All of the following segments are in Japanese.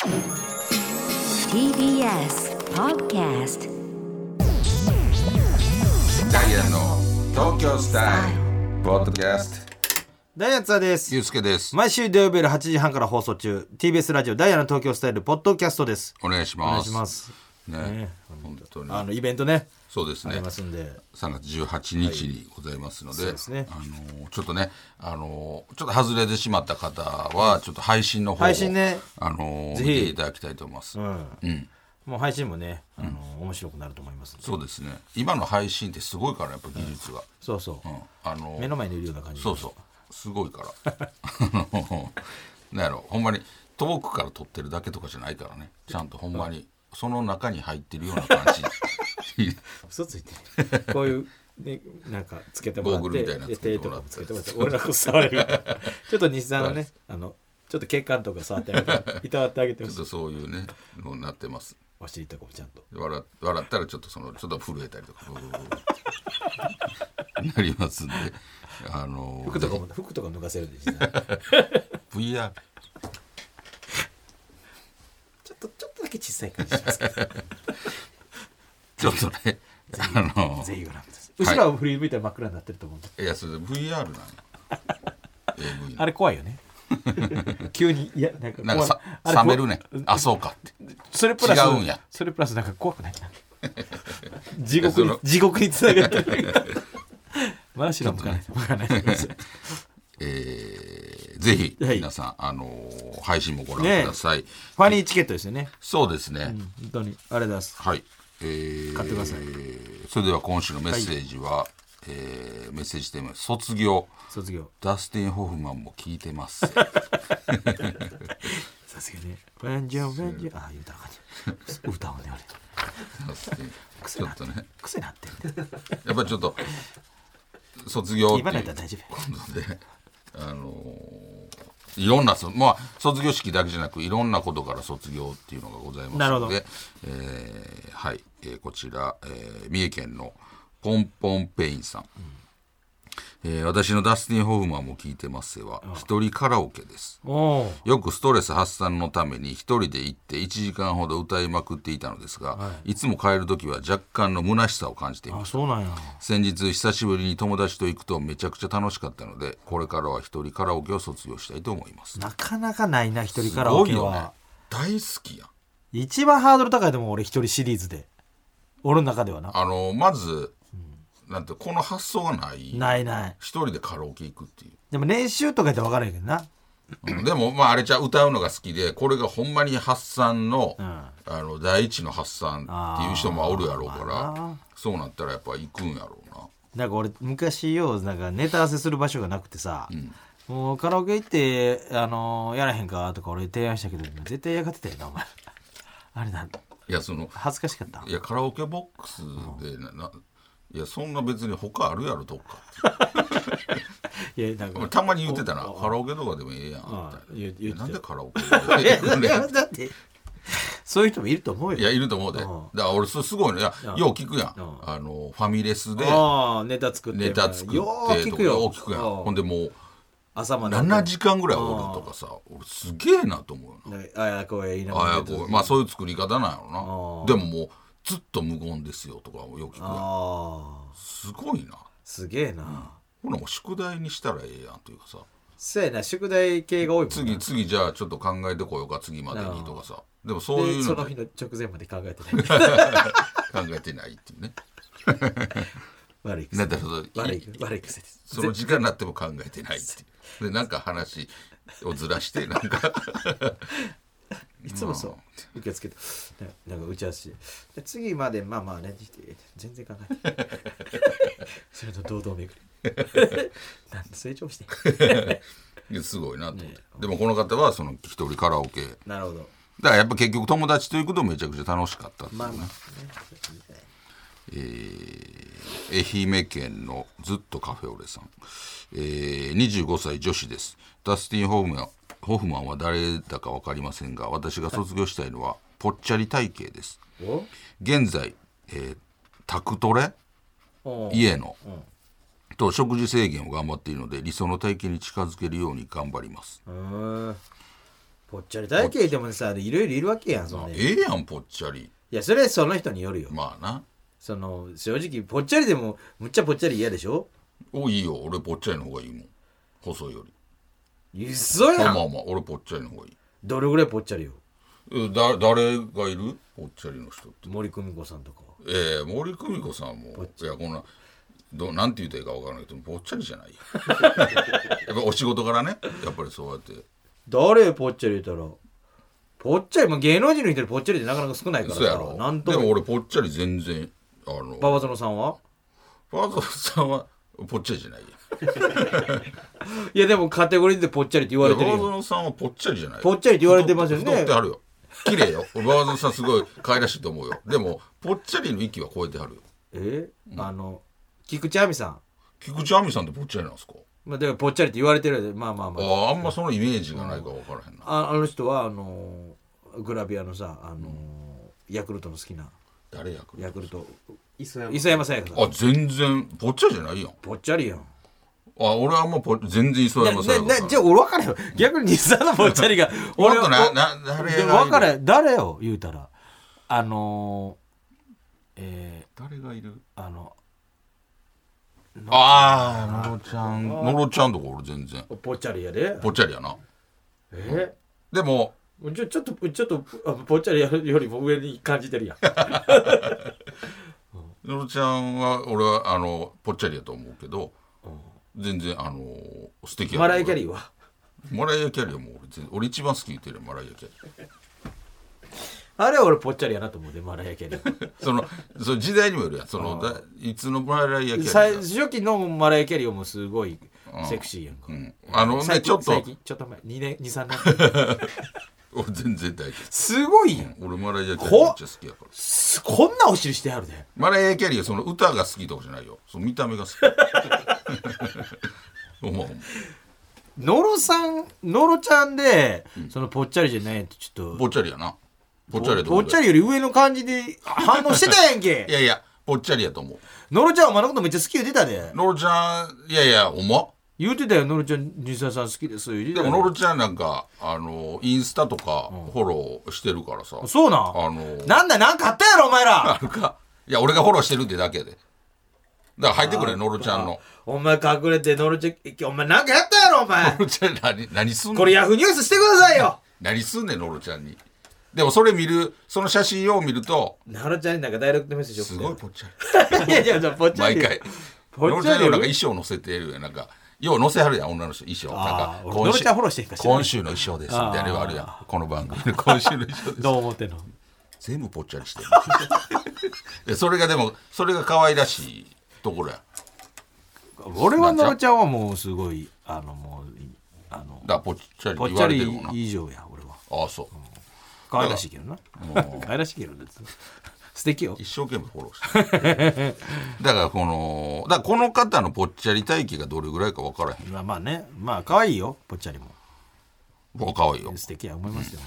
TBS Podcast ダイアンの東京スタイルポッドキャスト。 ダイアンツァです。 ゆうすけです。 毎週土曜日夜8時半から放送中 TBS ラジオダイアンの東京スタイルポッドキャストです。 お願いします。 お願いしますね、本当にイベントねそうですね。 ありますんで 3月18日にございますので、 そうですねちょっとね、ちょっと外れてしまった方はちょっと配信の方を配信ね見ぜひていただきたいと思います。 もう配信もね、面白くなると思いますんで。 そうですね。今の配信ってすごいからやっぱ技術が、 そうそう、目の前にいるような感じ。 そうそうすごいからなんやろ、ほんまに遠くから撮ってるだけとかじゃないからね、ちゃんとほんまにその中に入ってるような感じ嘘ついてるこういうね、なんかつけてもらってゴーグルみたいなのつけてもらって手とかもつけてもらって俺らこそ触れるちょっと西さんのねちょっと血管とか触ってあげていたわってあげてほしい。 ちょっとそういうねのになってます。 お尻とかもちゃんと笑ったらちょっとちょっと震えたりとかなりますんで、 服とか脱がせるで西さん VR ちょっとだけ小さい感じしますけどちょっとねぜひご覧ください。後ろは振り向いたら真っ暗になってると思うんで、 いやそれ VR なんやAV のあれ怖いよね急にいやなんかあれ冷めるね。あそうかってそれプラス違うんや。 それプラスなんか怖くない地獄につながってるまだ知らんかないぜひはい皆さん、配信もご覧ください、 ファニーチケットですよね。 そうですね、 本当にありがとうございます。 はい、 買ってください。 それでは今週のメッセージは、メッセージテーマ卒業ダスティン・ホフマンも聞いてますさすがにフェンジョン言うたらあかんじゃん歌をね俺ちょっとね癖なってるやっぱりちょっと卒業っていう今だったら大丈ことでいろんな卒業式だけじゃなくいろんなことから卒業っていうのがございますので、はい、こちら、三重県のポンポンペインさん、私のダスティン・ホフマンも聞いてますは一人カラオケです。よくストレス発散のために一人で行って1時間ほど歌いまくっていたのですが、いつも帰るときは若干の虚しさを感じていました。 そうなんや。 先日久しぶりに友達と行くとめちゃくちゃ楽しかったので、これからは一人カラオケを卒業したいと思います。 なかなかないな一人カラオケは。 すごいよね、大好きやん。 一番ハードル高いでも俺一人シリーズで俺の中ではなまず、なんてこの発想がない一人でカラオケ行くっていう。 でも練習とかやったら分からへんけどな、 でもあれじゃ歌うのが好きでこれがほんまに発散の、第一の発散っていう人もおるやろうから、そうなったらやっぱ行くんやろうな。 なんか俺昔よなんかネタ合わせする場所がなくてさ、もうカラオケ行ってやらへんかとか俺提案したけど絶対嫌がってたよなお前あれなんいや恥ずかしかった。 いやカラオケボックスでいやそんな別に他あるやろどっかいやなんかたまに言ってたな、カラオケとかでもええやん言ってなんでカラオケだってそういう人もいると思うよ。 いやいると思うで、だから俺すごいのよう聞くやん、ファミレスでネタ作ってよう聞くやん。ほんでもう朝まで 7時間ぐらいおるとかさ、俺すげえなと思うよな。 あやこえいなまあそういう作り方なんやろな。でももうずっと無言ですよとかもよく聞くやん。すごいな。 すげえな、 ほらもう宿題にしたらええやんというかさ。 そうやな、宿題系が多いもんな。 次じゃあちょっと考えてこようか次までにとかさ。でもそういうのその日の直前まで考えてない考えてないっていうね悪いなんだ悪い癖です。 その時間になっても考えてないっていうでなんか話をずらしてなんかいつもそう受け付けてなんか打ち合わせして次までまあね全然考えてないそれと堂々巡りなんで成長してすごいなと思って、でもこの方はその一人カラオケなるほど。 だからやっぱ結局友達と行くとめちゃくちゃ楽しかったっていうね、愛媛県のずっとカフェオレさん、25歳女子です。ダスティン・ホフマンは誰だか分かりませんが私が卒業したいのはぽっちゃり体型です。現在、タクトレ家のと食事制限を頑張っているので理想の体型に近づけるように頑張ります。 ぽっちゃり体型でもさいろいろいるわけやんそのね。 ええやんぽっちゃり。 いやそれその人によるよ。 まあな。 その正直ぽっちゃりでもむっちゃぽっちゃり嫌でしょ。 いいよ俺ぽっちゃりの方がいいもん細いより。 嘘やん。 まあ俺ぽっちゃりの方がいい。 どれぐらいぽっちゃりよ。 誰がいるぽっちゃりの人って。 森久美子さんとか。 森久美子さんもいやこんななんて言うたらいいか分からないけどぽっちゃりじゃないよやっぱお仕事からねやっぱりそうやって。 誰ぽっちゃり言ったらぽっちゃり、芸能人の人でぽっちゃりってなかなか少ないからさ。 そうやろ。 なんとでも俺ぽっちゃり全然馬場園さんは馬場園さんはぽっちゃりじゃないやいやでもカテゴリーでぽっちゃりって言われてるよ。 馬場園さんはぽっちゃりじゃない。 ぽっちゃりって言われてますよね。 太ってはるよ。綺麗よ馬場園さんすごい可愛らしいと思うよ。でもぽっちゃりの域は超えてはるよ。 菊池亜美さん。 菊池亜美さんってぽっちゃりなんですか。 だからぽっちゃりって言われてるでまああんまそのイメージがないか分からへんな。 あの人はグラビアのさヤクルトの好きな誰ヤクルト磯山さやかさん。 あ全然ぽっちゃりじゃないやん。 ぽっちゃりやん。 俺はあんま全然磯山さやかさん。 じゃあ俺分かれよ逆に西さんのぽっちゃりが俺は誰が分かれ誰よ言うたら誰がいる野呂ちゃんとか俺全然ぽっちゃりやで。 ぽっちゃりやな。でもちょっとぽっちゃりよりも上に感じてるやん野呂ちゃんは俺はぽっちゃりやと思うけど全然素敵や。 マライアキャリーはマライアキャリーはもう俺一番好き言ってるよマライアキャリーあれは俺ぽっちゃりやなと思うでマライアキャリーその時代にもよるやんいつのマライアキャリー最初期のマライアキャリーはもうすごいセクシーやんか。 ちょっと最近ちょっと前2、3年俺全然大丈夫。 すごいやん。 俺マライアキャリーめっちゃ好きやから。 こんなお尻してはるで。 マライアキャリーはその歌が好きとかじゃないよ。その見た目が好き野呂ちゃんで、そのぽっちゃりじゃないってちょっとぽっちゃりやな。ぽっちゃりより上の感じで反応してたやんけいやいやぽっちゃりやと思う。 野呂ちゃんお前のことめっちゃ好き言ってたで。 野呂ちゃんいやお前言うてたよ野呂ちゃん西田さん好きですでも野呂ちゃんなんかインスタとかフォローしてるからさ。 そうなんなんだなんかあったやろお前ら。 あるか。いや俺がフォローしてるってだけでだから入ってくれ野呂ちゃんの。 お前隠れて野呂ちゃんお前なんかやったやろお前。 野呂ちゃん何すんの。 これヤフーニュースしてくださいよ何すんねん野呂ちゃんに。でもその写真を見ると野呂ちゃんになんかダイレクトメッセージすごいぽっちゃりいやぽっちゃり毎回野呂ちゃんのなんか衣装載せてるやんなんかよう載せはるやん女の人衣装なんか野呂ちゃんフォローしてんか今週の衣装ですみたいなのあるやんこの番組の今週の衣装ですどう思ってんの全部ぽっちゃりしてるそれが可愛らしいところや。 俺は野呂ちゃんはもうすごいもうだぽっちゃりって言われてるもんな。 ぽっちゃり以上や俺は。 ああそう、 可愛らしいけどな可愛らしいけど素敵よ。 一生懸命フォローしてだからこの方のぽっちゃり体型がどれぐらいか分からへん。 まあねまあ可愛いよぽっちゃりも。 可愛いよ。 素敵や思いますよ、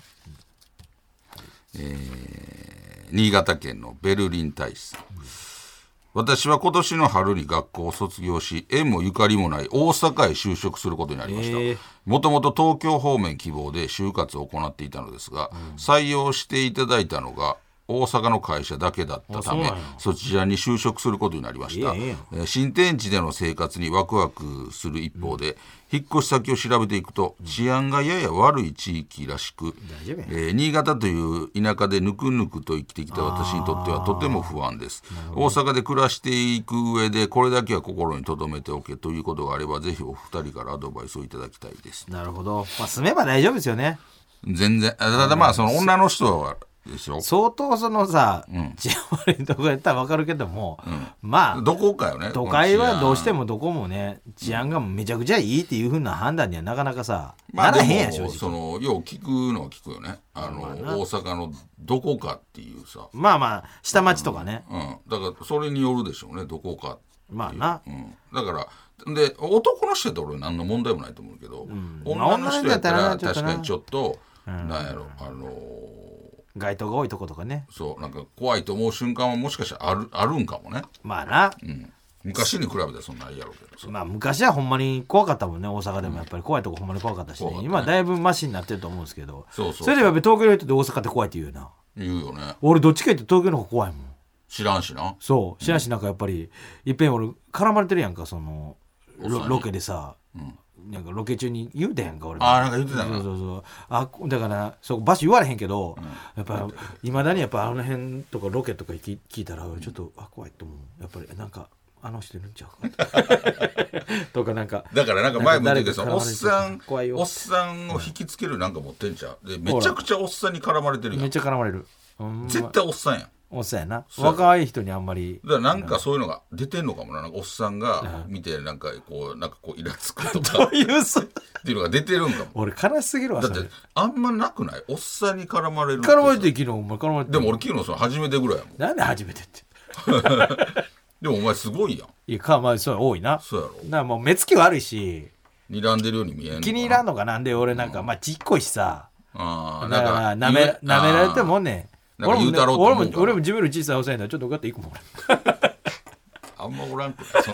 新潟県のベルリン大使さん、私は今年の春に学校を卒業し縁もゆかりもない大阪へ就職することになりました。もともと東京方面希望で就活を行っていたのですが、採用していただいたのが大阪の会社だけだったためそちらに就職することになりました。新天地での生活にワクワクする一方で、引っ越し先を調べていくと治安がやや悪い地域らしく、新潟という田舎でぬくぬくと生きてきた私にとってはとても不安です。大阪で暮らしていく上でこれだけは心に留めておけということがあればぜひお二人からアドバイスをいただきたいです。 なるほど、住めば大丈夫ですよね。 全然ただその女の人はでしょ相当そのさ、治安悪いとこやったら分かるけども、まあどこかよね。 都会はどうしてもどこもね治安がめちゃくちゃいいっていう風な判断にはなかなかさ、ならへんやん正直。 よう聞くのは聞くよね。大阪のどこかっていうさ、 まあ下町とかね、 だからそれによるでしょうねどこかってまあな、 だからで男の人やったら俺何の問題もないと思うけど、女の人やったら確かにちょっとなんやろ街灯が多いとことかね、 そうなんか怖いと思う瞬間はもしかしたらあるんかもね。 まあな、 昔に比べたらそんなんやろうけど、 まあ昔はほんまに怖かったもんね。大阪でもやっぱり怖いとこほんまに怖かったし、ね、今だいぶマシになってると思うんですけど、それでやっぱり東京の人って大阪って怖いって言うよな。 言うよね。 俺どっちか言って東京の方が怖いもん。 知らんしな。 そう知らんし、なんかやっぱりいっぺん俺絡まれてるやんか、そのロケでさ、なんかロケ中に言うたやんか俺。 なんか言ってたな。 そうだからそう場所言われへんけど、やっぱいまだにやっぱあの辺とかロケとか聞いたらちょっと怖いと思う。やっぱりなんかあの人いるんちゃうかとかなんかだからなんか前も言ったけどさ、おっさんを引きつけるなんか持ってんちゃうで、めちゃくちゃおっさんに絡まれてるやん。 めっちゃ絡まれる。 絶対おっさんやん。 おっさんやな。若い人にあんまりだからなんかそういうのが出てんのかもな。なんかおっさんが見てなんかこうイラつくとかっていうのが出てるんかも。 俺悲しすぎるわ。 だってあんまなくない？おっさんに絡まれる。 絡まれて昨日お前絡まれて。 でも俺昨日その初めてぐらいやもん。 なんで初めてって。 でもお前すごいやん。 いやまあそう多いな。 そうやろ。 だからもう目つき悪いし睨んでるように見えんのかな。 気に入らんのかなんで俺なんかまあちっこいしさ。だからなめられてもね。俺も自分より小さいおさえならちょっと受かっていくもん。 あんまおらんくない。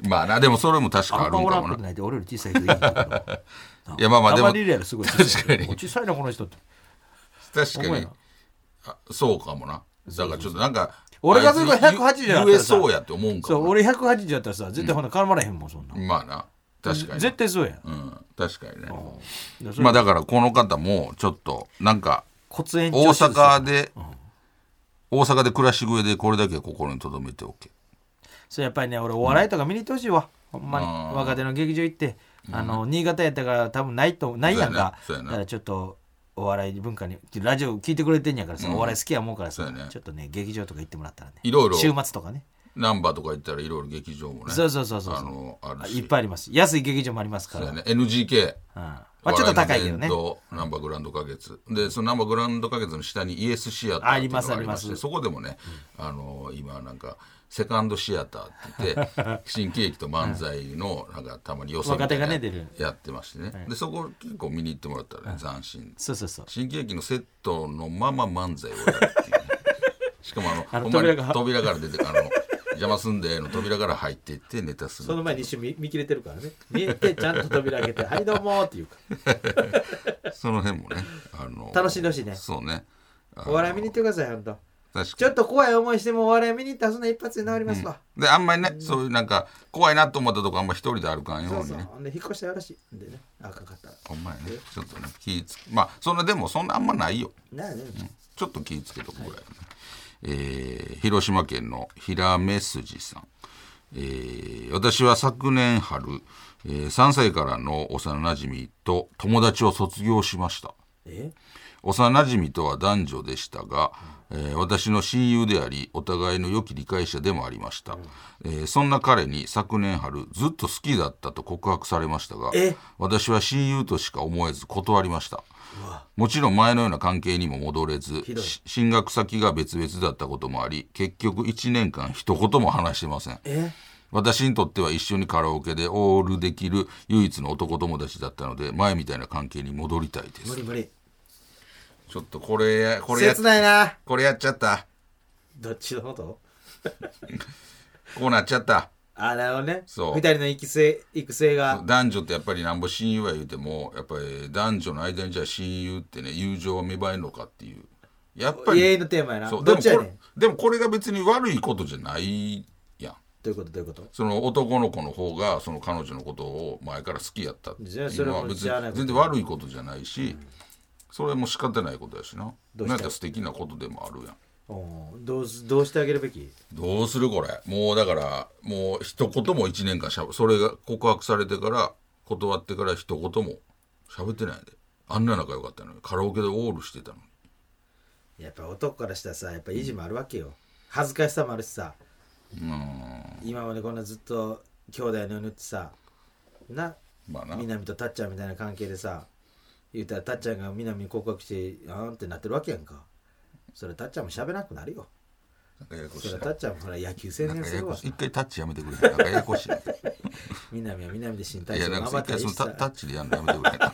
まあな、でもそれも確かあるんかもな。 あんまおらんことないで俺より小さい人いるんだけど。 いやまあまあでもあんまりいるやろすごい。 確かに小さいなこの人って。 確かにそうかもな。だからちょっとなんか俺がそれが180だったらさ言えそうやって思うんかも。 そう俺180だったらさ絶対ほんな絡まれへんもんそんな。 まあな確かに絶対そうや。 確かにね。まあだからこの方もちょっとなんか大阪で暮らし上でこれだけ心に留めておけ。 そうやっぱりね俺お笑いとか見に行ってほしいわ、ほんまに。若手の劇場行って、新潟やったから多分ないやんか。だからちょっとお笑い文化にラジオ聞いてくれてんやからさ、お笑い好きやもんからさ、ちょっとね劇場とか行ってもらったらね、 いろいろ週末とかねナンバーとか行ったらいろいろ劇場もね、 そうあるしいっぱいあります。安い劇場もありますから。 そうやね NGK、 まあ、ちょっと高いけどね。 ナンバーグランド花月で、そのナンバーグランド花月の下にイエスシアターっていうのがありまして、そこでもね、今なんかセカンドシアターって言って新喜劇と漫才のなんかたまに予選みたいなやってましてね、でそこ結構見に行ってもらったらね、斬新。 そう新喜劇のセットのまま漫才をやるっていうね。しかもほんまに扉から出て邪魔すんでの扉から入っていってネタする。 その前に一瞬見切れてるからね。見えてちゃんと扉開けてはいどうもっていうか。 その辺もね楽しんでほしいね。 そうね。 お笑い見に行ってくださいほんと。ちょっと怖い思いしてもお笑い見に行ったらそんな一発で治りますわ。 であんまりね、そういうなんか怖いなと思ったとこあんま一人で歩かんようにね。 そうで引っ越してやらしいんでね。かかったらほんまやね。ちょっとね気ぃつけ、まあそんなでもそんなあんまないよ。ちょっと気ぃつけとくぐらいね。広島県の平目筋さん、私は昨年春、3歳からの幼なじみと友達を卒業しました。幼なじみとは男女でしたが、私の親友でありお互いの良き理解者でもありました。そんな彼に昨年春ずっと好きだったと告白されましたが、私は親友としか思えず断りました。もちろん前のような関係にも戻れず、進学先が別々だったこともあり、結局1年間一言も話してません。私にとっては一緒にカラオケでオールできる唯一の男友達だったので、前みたいな関係に戻りたいです。 無理ちょっとこれ切ないな。 これやっちゃった。 どっちのこと？ こうなっちゃった。 なるほどね。 そう 2人の育成が男女ってやっぱりなんぼ親友は言うてもやっぱり男女の間にじゃあ親友ってね友情は芽生えるのかっていうやっぱり永遠のテーマやな。 そうどっちやねん。 でもこれが別に悪いことじゃないやん。 どういうことその男の子の方がその彼女のことを前から好きやったっていうのは別に全然悪いことじゃないし、それも仕方ないことやしな。なんか素敵なことでもあるやん。 どうしてあげるべき？ どうするこれ。もうだからもう一言も1年間それが告白されてから断ってから一言も喋ってないで。あんな仲良かったのにカラオケでオールしてたのに。 やっぱ男からしたらさやっぱ意地もあるわけよ。恥ずかしさもあるしさ。今までこんなずっと兄弟のように言ってさ南とたっちゃんみたいな関係でさ言うたらたっちゃんが南に告白してってなってるわけやんか。それたっちゃんも喋らなくなるよ。それたっちゃんもほら野球専念するわ。 一回タッチやめてくれ。なんかややこしい。 南は南で身体操頑張ったらいいしさ。タッチでやんのやめてくれ。ちょっ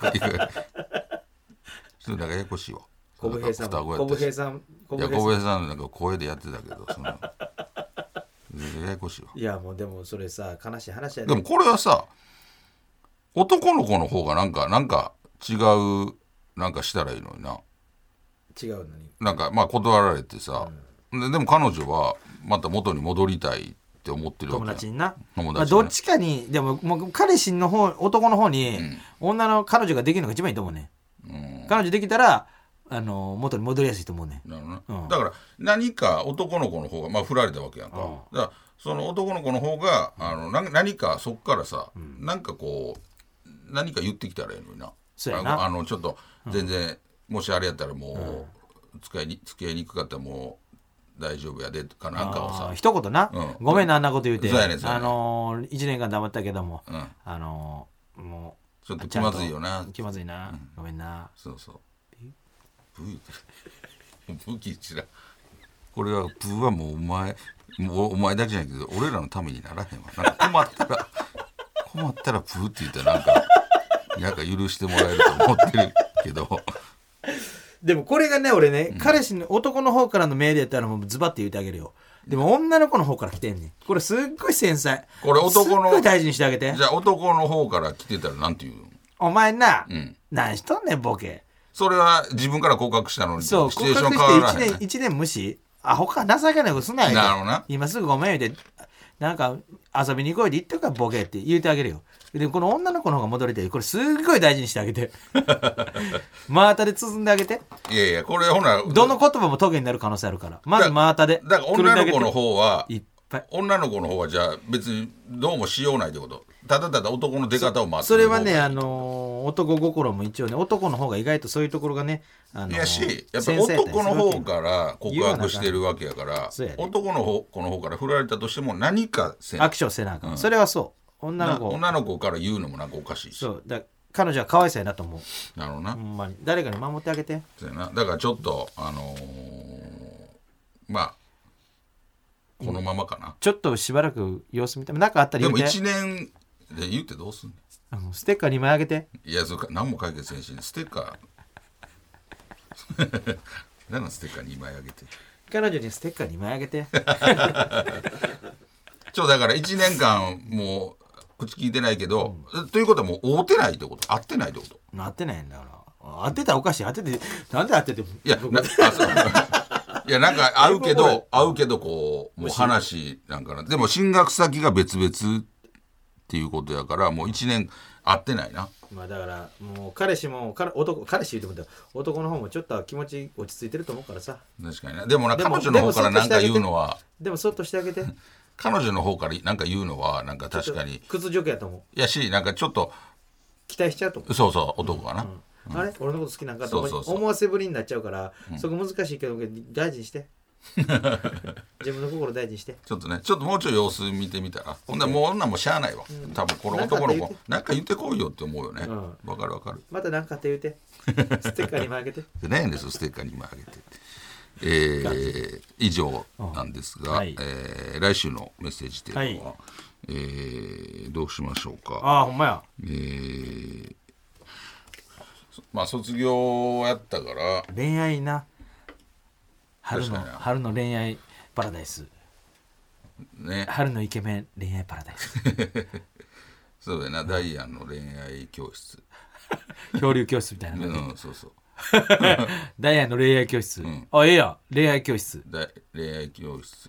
となんかややこしいわ。 小武平さんなんか声でやってたけどややこしいわ。 いやもうでもそれさ悲しい話やでもこれはさ男の子の方がなんか違うなんかしたらいいのにな。 違うのになんかまあ断られてさ、でも彼女はまた元に戻りたいって思ってるわけ友達にな、 友達にねまあ、どっちかにでももう彼氏の方男の方に、女の彼女ができるのが一番いいと思うね、彼女できたら元に戻りやすいと思うね。 なるほどね、だから何か男の子の方がまあ振られたわけやんか、だからその男の子の方が何かそっからさ、なんかこう何か言ってきたらいいのにな。 そうやなちょっと全然、もしあれやったらもう、付き合いにくかったらもう大丈夫やでとかなんかをさ一言な、ごめんなあんなこと言うて、 そうやねん 1年間黙ったけども、もうちょっと気まずいよな。 気まずいな、ごめんな。 そうそうブーブーキーチラこれはブーはもうお前だけじゃないけど俺らのためにならへんわ。なんか困ったらブーって言ったらなんか許してもらえると思ってるけどでもこれがね俺ね、彼氏の男の方からのメールやったらもうズバッて言ってあげるよ。でも女の子の方から来てんねん。これすっごい繊細。 これ男のすっごい大事にしてあげて。 じゃあ男の方から来てたらなんて言うの。 お前な、何しとんねんボケ。 それは自分から告白したのにそうシチュエーション告変わらへん、 白して1年無視。あ他情けないことすなよ。 なるほどな。 今すぐごめん言うてなんか遊びに行こうで言ってるからボケって言うてあげるよ。でこの女の子の方が戻りたい。これすっごい大事にしてあげて真綿で包んであげて。 いやいやこれほなどの言葉もトゲになる可能性あるからまず真綿で。 だから女の子の方はいっぱい女の子の方はじゃあ別にどうもしようないってこと。ただただ男の出方を待ってそれはね男心も一応ね男の方が意外とそういうところがねいやしやっぱり男の方から告白してるわけやから男の子の方から振られたとしても何かアクションせなあかん、それはそう女の子から言うのもなんかおかしいし。 そうだ彼女は可愛さやなと思う。 なるほどな。 ほんまに誰かに守ってあげて。 そうやな。だからちょっとまあこのままかな、 ちょっとしばらく様子見てなんかあったらでも言うて。 1年で言ってどうすんねステッカー2枚あげて。 ん。いやそれか何も解決せんしステッカー何のステッカー2枚あげて彼女にステッカー2枚あげてだから1年間もう口聞いてないけど、ということはもう会うてないってこと。会ってないってこと。 会ってないんだから会ってたらおかしい。会っててなんで会っててもいやいやなんか会うけどこうもう話なんかな。でも進学先が別々っていうことやからもう1年会ってないな。 まあだからもう彼氏も彼氏言うても男の方もちょっと気持ち落ち着いてると思うからさ。 確かにな。でも彼女の方からなんか言うのはでもそっとしてあげて彼女の方からなんか言うのはなんか確かに屈辱やと思う。 いやしなんかちょっと期待しちゃうと思う。 そうそう男がな、 あれ俺のこと好きなんかと思わせぶりになっちゃうから、そこ難しいけど大事にして自分の心大事にしてちょっともうちょい様子見てみたらほんならもう女もしゃあないわ、多分この男の子なんか言ってこいよって思うよね。わかるわかる。 また何かって言うてステッカーにもあげてで何やねんステッカーにもあげて以上なんですが、来週のメッセージテーマは、どうしましょうか。 ああほんまや。 まあ卒業やったから恋愛な春の恋愛パラダイスね。 春のイケメン恋愛パラダイスそうだよな、ダイアンの恋愛教室漂流教室みたいな、 そうそうダイアンの恋愛教室、あええや恋愛教室恋愛教室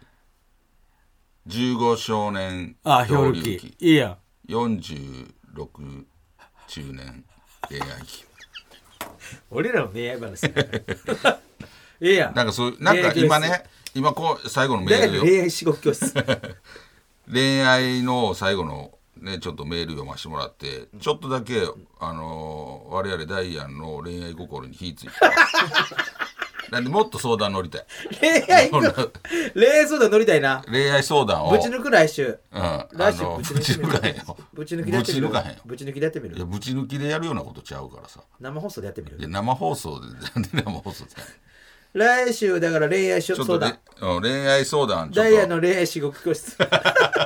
15少年漂流記いいや 46中年恋愛記俺らの恋愛話いいやなんかそうなんか今こう最後のメール恋愛至極教室恋愛の最後のねちょっとメール読ませてもらってちょっとだけ我々ダイアンの恋愛心に火ついてなんでもっと相談乗りたい。恋愛相談乗りたいな。 恋愛相談をぶち抜く来週。 来週ぶち抜かへんよ。 ぶち抜きでやってみる。ぶち抜きでやってみる。 いやぶち抜きでやるようなことちゃうからさ。 生放送でやってみる。 いや生放送でなんで生放送で。 来週だから恋愛相談。 恋愛相談。 ダイヤの恋愛至極教室。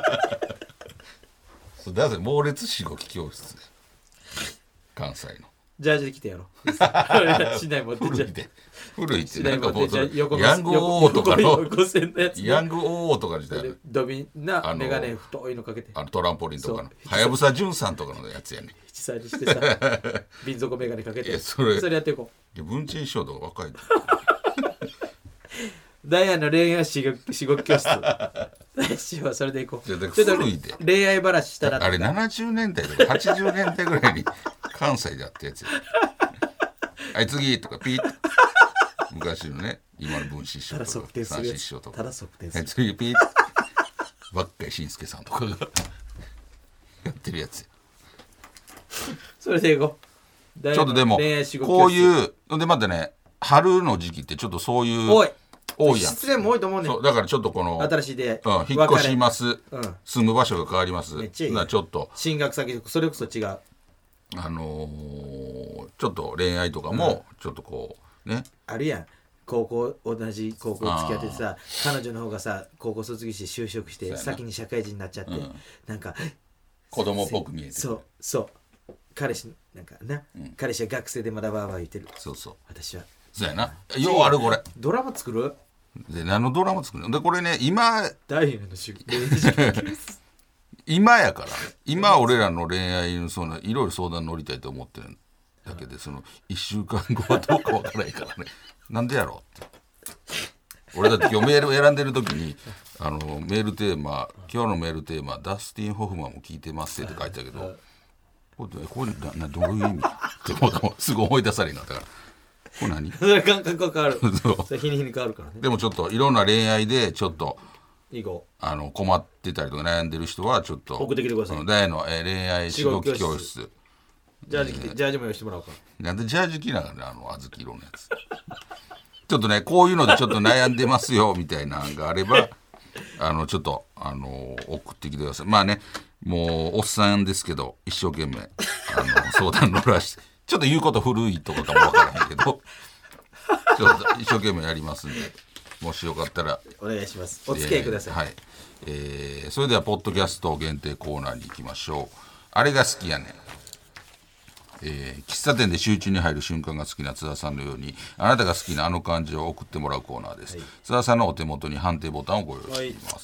だぜ猛烈至極教室。関西の。 ジャージで来てやろう市内持って古いって古いってなんかもう横ヤング王とかの横線のやつヤング王とかにしたらドビンなメガネ太いのかけてトランポリンとかのはやぶさ潤さんとかのやつやね七歳にしてさ瓶底メガネかけてそれやっていこう文鎮師匠とか若いダイアンの恋愛至極教室来週はそれでいこう。ちょっと恋愛話したらあれ70年代とか80年代ぐらいに関西でやったやつやはい次とかピーッ昔のね今の文枝師匠とか三枝師匠とかはい次ピーッばっかりしんすけさんとかがやってるやつやそれでいこうちょっとでもこういうでまたね春の時期ってちょっとそういう多いやん失恋も多いと思うねそうだからちょっとこの新しい出会い、 引っ越します、住む場所が変わりますめっちゃいいちょっと進学先それこそ違うちょっと恋愛とかもちょっとこうねあるやん同じ高校付き合っててさ彼女の方がさ高校卒業して就職して先に社会人になっちゃって、なんか子供っぽく見えてそう彼氏なんかな、彼氏は学生でまだバーバー言ってるそう私はそうやなようあるこれドラマ作るで何のドラマ作るのでこれね今今やから今俺らの恋愛のそのいろいろ相談乗りたいと思ってるだけでその1週間後はどうかわからないからねなんでやろうって俺だって今日メール選んでる時にメールテーマ今日のメールテーマダスティン・ホフマンも聞いてますって書いてあるけどこれどういう意味ってすぐ思い出されなかったからこれ何それ感覚が変わるそれ日に日に変わるからねでもちょっといろんな恋愛でちょっと困ってたりとか悩んでる人はちょっと送ってきてくださいダイの恋愛しごき教室ジャージも用意してもらおうかなんでジャージ着ながら小豆色のやつちょっとねこういうのでちょっと悩んでますよみたいなのがあればちょっと送ってきてくださいまあねもうおっさんですけど一生懸命相談乗らしてちょっと言うこと古いとかかもわからへんけどちょっと一生懸命やりますんでもしよかったらお願いしますお付き合いください、 はいそれではポッドキャスト限定コーナーに行きましょうあれが好きやねん喫茶店で集中に入る瞬間が好きな津田さんのようにあなたが好きなあの漢字を送ってもらうコーナーです、津田さんのお手元に判定ボタンをご用意しています、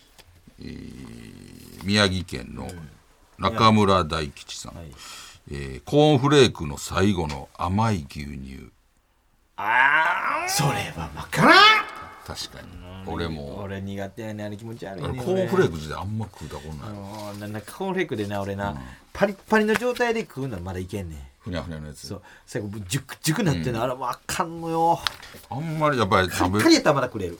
宮城県の中村大吉さん、コーンフレークの最後の甘い牛乳それは分からん確かに俺苦手やねあれ気持ち悪いねコーンフレーク自体あんま食うたことないなんかコーンフレークでな俺な、パリッパリの状態で食うのはまだいけんねんふにゃふにゃのやつそう最後ジュクジュクなってんの、あれもあかんのよあんまりやっぱりカリカリやったらまだくれる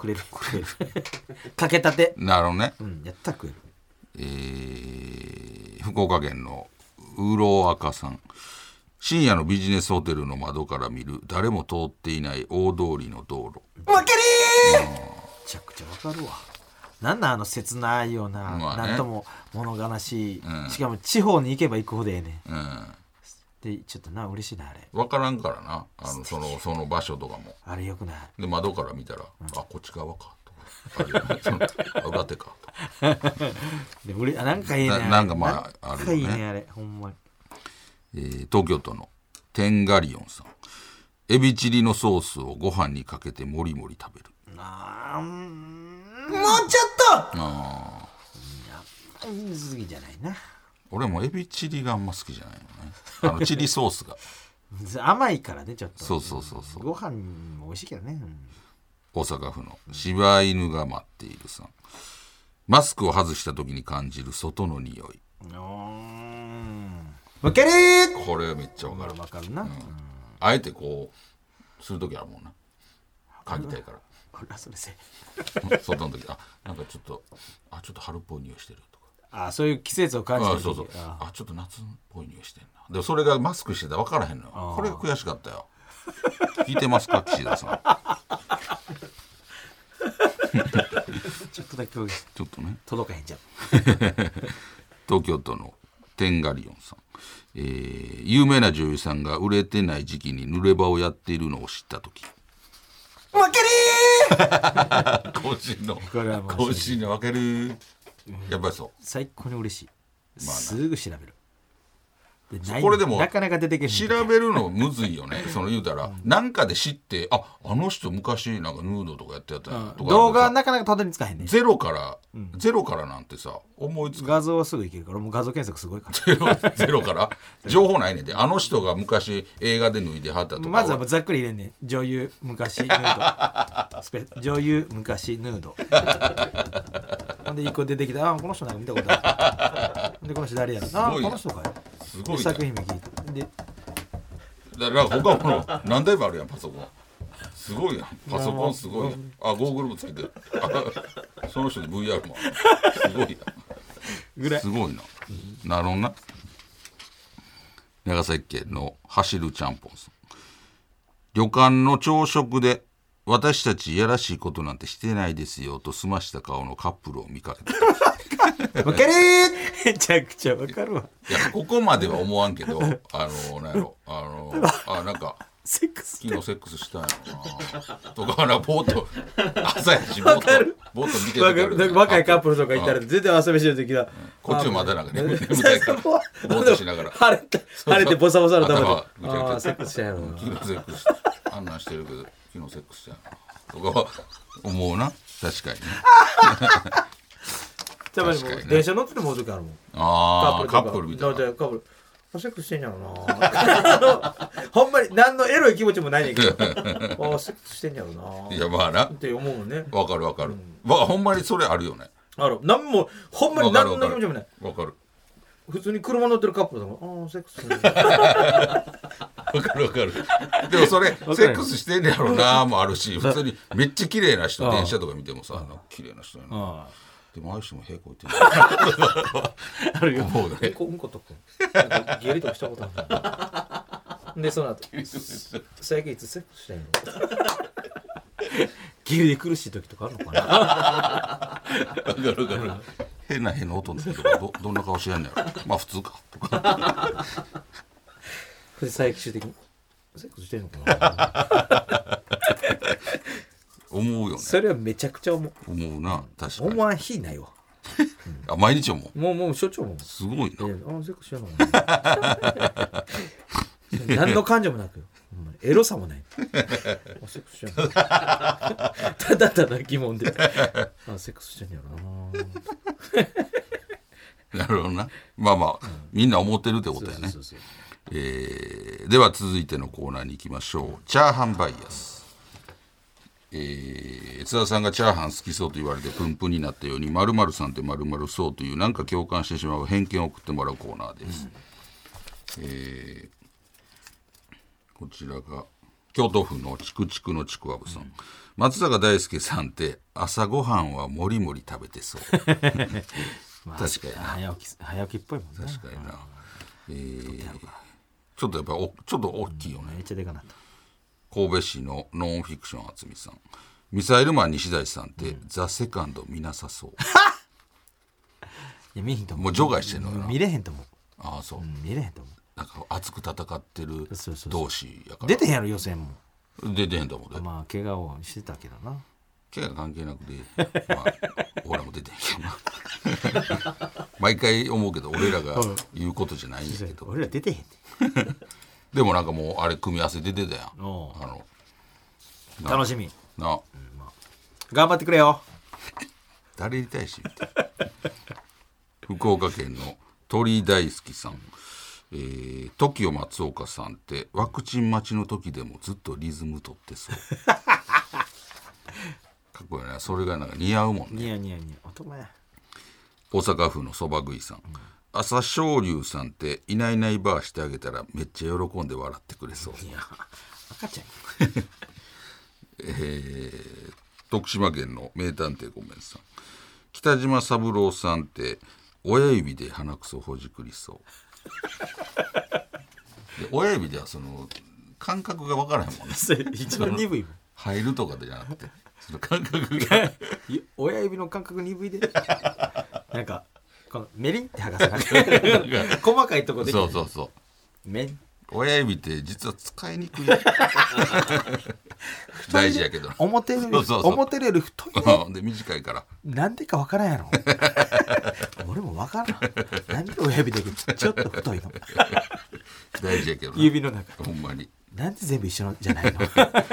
かけたてなるほどね、 やったら食える福岡県のうろあかさん深夜のビジネスホテルの窓から見る誰も通っていない大通りの道路わかりーめちゃくちゃわかるわなん切ないような、なんとも物悲しい、しかも地方に行けば行くほどええねん、でちょっとな嬉しいなあれ分からんからなその場所とかもあれよくないで窓から見たら、あこっち側かとか裏手かとかでなんかいいねなんかまああるよねいいねあれほんまに東京都のテンガリオンさんエビチリのソースをご飯にかけてもりもり食べるもうちょっと言い過ぎじゃないな俺もエビチリがあんま好きじゃないのねチリソースが甘いからねちょっとそうご飯も美味しいけどね、 大阪府の柴犬が待っているさんマスクを外した時に感じる外の匂いわかるーこれめっちゃわかるわかるな、 あえてこうする時あるもんな嗅ぎたいからそれせ外の時なんかちょっと春っぽい匂いしてるとかそういう季節を感じてるそうちょっと夏っぽい匂いしてんなでもそれがマスクしてたら分からへんのよこれが悔しかったよ聞いてますか岸田さんちょっとだけちょっとね届かへんじゃん東京都のテンガリオンさん、有名な女優さんが売れてない時期に濡れ場をやっているのを知った時わかるー更新のわかるーやっぱりそう最高に嬉しい、すぐ調べるこれでもなかなか出てけへん調べるのむずいよねその言うたら、なんかで知ってあの人昔なんかヌードとかやってやったんやとか、 動画はなかなかたどり着かへんね。 ゼロからなんてさ思いつか画像はすぐいけるからもう画像検索すごいからゼロから情報ないねんで、あの人が昔映画で脱いではったとか、 まずはもうざっくり入れんねん。女優昔ヌード女優昔ヌードほんで一個出てきたこの人なんか見たことあるでこの人誰やろこの人かよすごいな作品名聞いてでだから他の何台もあるやんパソコンすごいやんパソコンすごいやんゴーグルもつけてるその人で VR もすごいやんぐらいすごいな、なるほどな。長崎県の走るちゃんぽんさん、旅館の朝食で私たちいやらしいことなんてしてないですよと澄ました顔のカップルを見かけたわかるめちゃくちゃわかるわ。 いやここまでは思わんけどなんやろなんかセックス昨日セックスしたんやろなとかなボート朝やしボート見てる若いカップルとかいたら全然遊びしてる時はこっちもまだなんか眠たいからボートしながら晴れてボサボサのため頭セックスしたんやろな。 昨日セックスしたあんなんしてるけど昨日セックスしたんやなとかは思うな確かにね確かにね電車乗ってても思う時あるもん。 カップルみたいなカップルセックスしてんやろなほんまに何のエロい気持ちもないねんけどセックスしてんやろないやまあなって思うもんね。 わかるわかる、ほんまにそれあるよねあるなんもほんまに何の気持ちもない。 わかる普通に車乗ってるカップルでもセックスしてんやわかるわかるでもそれセックスしてんねやろなもあるし普通にめっちゃ綺麗な人電車とか見てもさ綺麗な人やなでもああいう人も平行いってるあるよ思うねうんことくゲリとかしたことあるでその後最近いつセックスしたんやろゲリで苦しい時とかあるのかなわかるわかる変な音の時とかどんな顔してやんねやろまあ普通かとかで最終的にセックスしてんのかな思うよねそれはめちゃくちゃ思うな確かに思わん日ないわ毎日思うもうしょっちゅう思うすごいなセックスしてんのかな何の感情もなくエロさもないセックスしてんのただただ疑問でセックスしてんやろなるほどなまあまあ、みんな思ってるってことやねそうでは続いてのコーナーに行きましょう。チャーハンバイアス、津田さんがチャーハン好きそうと言われてプンプンになったように〇〇さんって〇〇そうというなんか共感してしまう偏見を送ってもらうコーナーです、こちらが京都府のチクチクのちくわぶさん、松坂大輔さんって朝ごはんはもりもり食べてそう確かにな早起きっぽいもんね。 確かにな、ちょっとやっぱちょっと大きいよね、 めっちゃでかなった。 神戸市のノンフィクション渥美さん、ミサイルマン西大さんって、ザ・セカンド見なさそういや見えへんと思う。 もう除外してんのよな見れへんと思う。 ああそう、 見れへんと思う。 なんか熱く戦ってるそう同士やから出てへんやろ予選も。 出てへんと思うで、 まあ怪我をしてたけどな。 怪我関係なくて、まあ、俺らも出てへんけどな毎回思うけど俺らが言うことじゃないんやけど俺ら出てへんでもなんかもうあれ組み合わせ出てたやん楽しみな、 頑張ってくれよ。 誰に対して言って福岡県の鳥居大好きさん、TOKIO 松岡さんってワクチン待ちの時でもずっとリズム取ってそうかっこいいね、それがなんか似合うもんね。 似合う男や。 大阪府のそば食いさん、朝青龍さんっていないいないバーしてあげたらめっちゃ喜んで笑ってくれそう。 いや赤ちゃん徳島県の名探偵ごめんさん、北島三郎さんって親指で鼻くそほじくりそうで親指ではその感覚が分からへんもんね一番鈍いもん入るとかじゃなくてその感覚が親指の感覚鈍いでなんかこのメリンって剥がさなくて細かいとこでそうメン親指って実は使いにくい大事やけど思ってるより太いねで短いからなんでかわからんやろ俺もわからんなんで親指だけちょっと太いの大事やけど指の中ほんまになんで全部一緒のじゃないの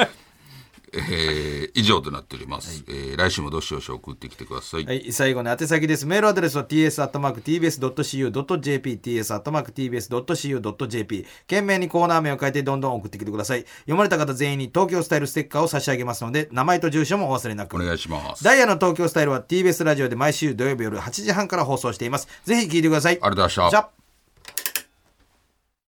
以上となっております、来週もどしどし送ってきてください、 はい、最後の宛先です。メールアドレスは ts@tbs.co.jp ts@tbs.co.jp 懸命にコーナー名を書いてどんどん送ってきてください。読まれた方全員に東京スタイルステッカーを差し上げますので名前と住所もお忘れなく。 お願いします。 ダイヤの東京スタイルは TBS ラジオで毎週土曜日夜8時半から放送しています。ぜひ聞いてください。 ありがとうございました。